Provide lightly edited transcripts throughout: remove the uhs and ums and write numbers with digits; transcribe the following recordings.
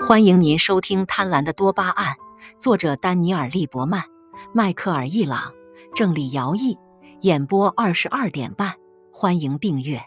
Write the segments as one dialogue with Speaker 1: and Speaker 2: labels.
Speaker 1: 欢迎您收听《贪婪的多巴胺》，作者丹尼尔·利伯曼、迈克尔·易朗，郑理尧译，演播22点半。欢迎订阅。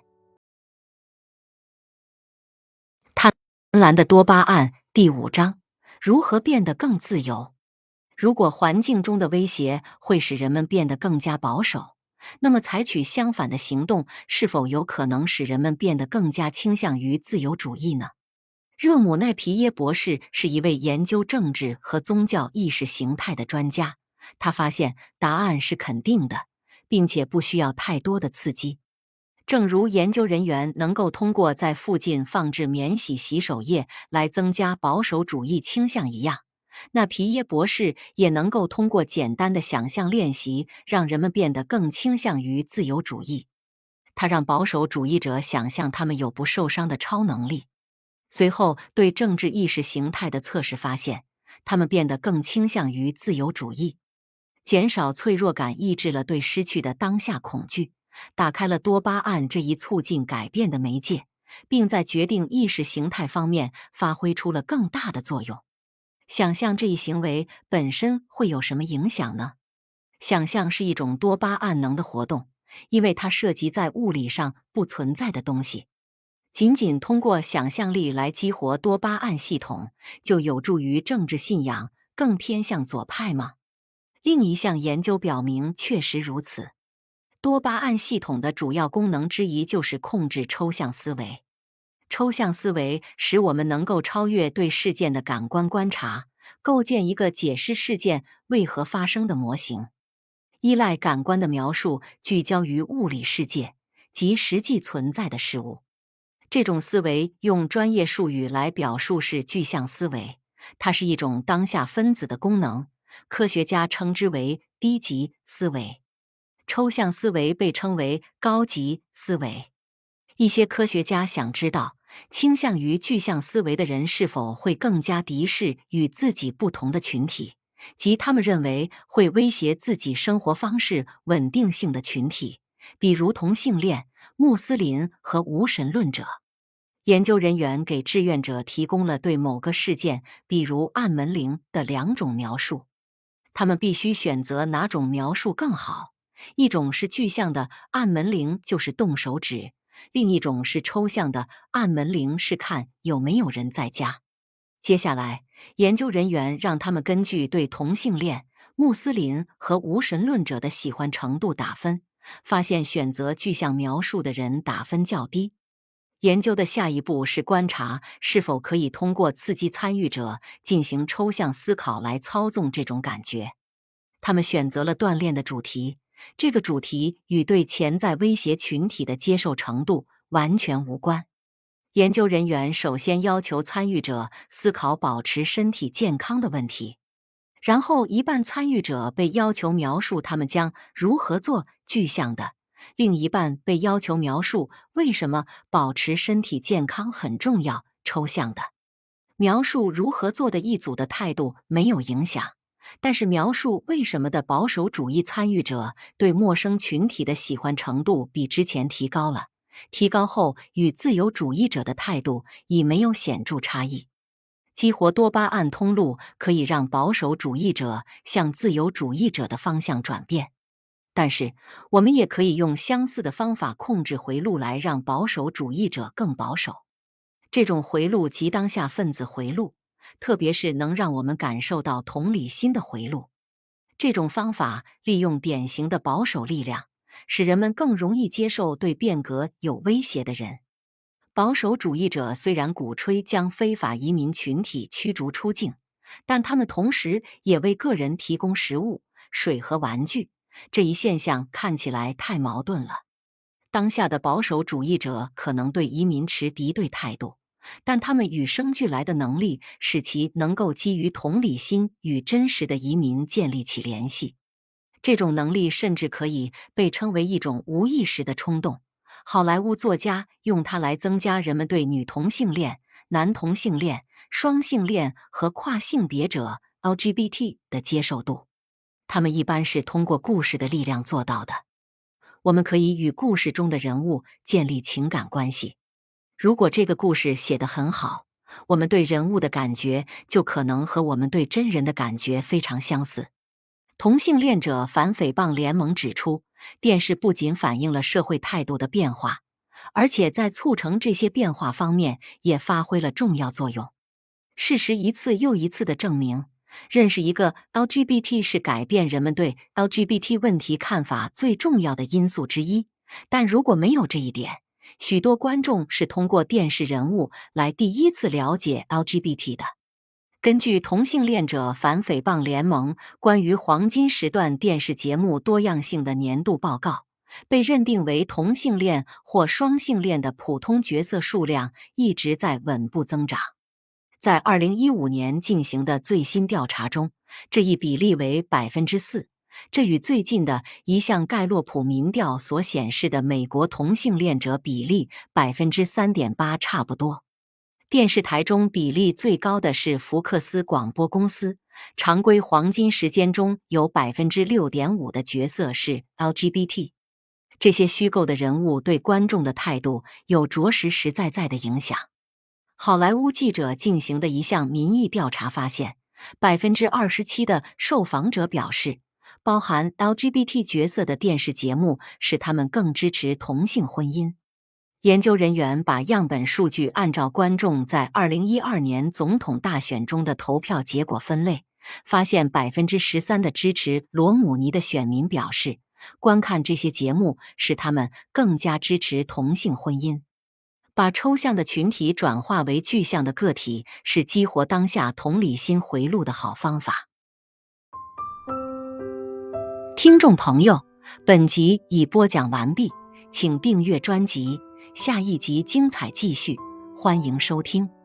Speaker 1: 贪婪的多巴胺第5章：如何变得更自由？如果环境中的威胁会使人们变得更加保守，那么采取相反的行动是否有可能使人们变得更加倾向于自由主义呢？热姆奈皮耶博士是一位研究政治和宗教意识形态的专家，他发现答案是肯定的，并且不需要太多的刺激。正如研究人员能够通过在附近放置免洗洗手液来增加保守主义倾向一样，那皮耶博士也能够通过简单的想象练习让人们变得更倾向于自由主义。他让保守主义者想象他们有不受伤的超能力。随后，对政治意识形态的测试发现，他们变得更倾向于自由主义。减少脆弱感抑制了对失去的当下恐惧，打开了多巴胺这一促进改变的媒介，并在决定意识形态方面发挥出了更大的作用。想象这一行为本身会有什么影响呢？想象是一种多巴胺能的活动，因为它涉及在物理上不存在的东西。仅仅通过想象力来激活多巴胺系统，就有助于政治信仰更偏向左派吗？另一项研究表明，确实如此。多巴胺系统的主要功能之一就是控制抽象思维。抽象思维使我们能够超越对事件的感官观察，构建一个解释事件为何发生的模型。依赖感官的描述聚焦于物理世界及实际存在的事物。这种思维用专业术语来表述是具象思维，它是一种当下分子的功能，科学家称之为低级思维。抽象思维被称为高级思维。一些科学家想知道，倾向于具象思维的人是否会更加敌视与自己不同的群体，即他们认为会威胁自己生活方式稳定性的群体，比如同性恋、穆斯林和无神论者。研究人员给志愿者提供了对某个事件，比如按门铃的2种描述，他们必须选择哪种描述更好。一种是具象的按门铃就是动手指，另一种是抽象的按门铃是看有没有人在家。接下来，研究人员让他们根据对同性恋、穆斯林和无神论者的喜欢程度打分，发现选择具象描述的人打分较低。研究的下一步是观察是否可以通过刺激参与者进行抽象思考来操纵这种感觉。他们选择了锻炼的主题，这个主题与对潜在威胁群体的接受程度完全无关。研究人员首先要求参与者思考保持身体健康的问题，然后一半参与者被要求描述他们将如何做具象的，另一半被要求描述为什么保持身体健康很重要抽象的。描述如何做的一组的态度没有影响，但是描述为什么的保守主义参与者对陌生群体的喜欢程度比之前提高了，提高后与自由主义者的态度已没有显著差异。激活多巴胺通路可以让保守主义者向自由主义者的方向转变，但是我们也可以用相似的方法控制回路来让保守主义者更保守。这种回路即当下分子回路，特别是能让我们感受到同理心的回路。这种方法利用典型的保守力量，使人们更容易接受对变革有威胁的人。保守主义者虽然鼓吹将非法移民群体驱逐出境，但他们同时也为个人提供食物、水和玩具。这一现象看起来太矛盾了。当下的保守主义者可能对移民持敌对态度，但他们与生俱来的能力使其能够基于同理心与真实的移民建立起联系。这种能力甚至可以被称为一种无意识的冲动。好莱坞作家用它来增加人们对女同性恋、男同性恋、双性恋和跨性别者 LGBT 的接受度。他们一般是通过故事的力量做到的。我们可以与故事中的人物建立情感关系。如果这个故事写得很好， 我们对人物的感觉就可能和我们对真人的感觉非常相似。同性恋者反诽谤联盟指出，电视不仅反映了社会态度的变化，而且在促成这些变化方面也发挥了重要作用。事实一次又一次地证明，认识一个 LGBT 是改变人们对 LGBT 问题看法最重要的因素之一。但如果没有这一点，许多观众是通过电视人物来第一次了解 LGBT 的。根据同性恋者反诽谤联盟关于黄金时段电视节目多样性的年度报告，被认定为同性恋或双性恋的普通角色数量一直在稳步增长。在2015年进行的最新调查中，这一比例为4%，这与最近的一项盖洛普民调所显示的美国同性恋者比例3.8%差不多。电视台中比例最高的是福克斯广播公司，常规黄金时间中有6.5%的角色是 LGBT。这些虚构的人物对观众的态度有着实在在的影响。好莱坞记者进行的一项民意调查发现，27%的受访者表示，包含 LGBT 角色的电视节目使他们更支持同性婚姻。研究人员把样本数据按照观众在2012年总统大选中的投票结果分类，发现13%的支持罗姆尼的选民表示，观看这些节目使他们更加支持同性婚姻。把抽象的群体转化为具象的个体，是激活当下同理心回路的好方法。听众朋友，本集已播讲完毕，请订阅专辑，下一集精彩继续，欢迎收听。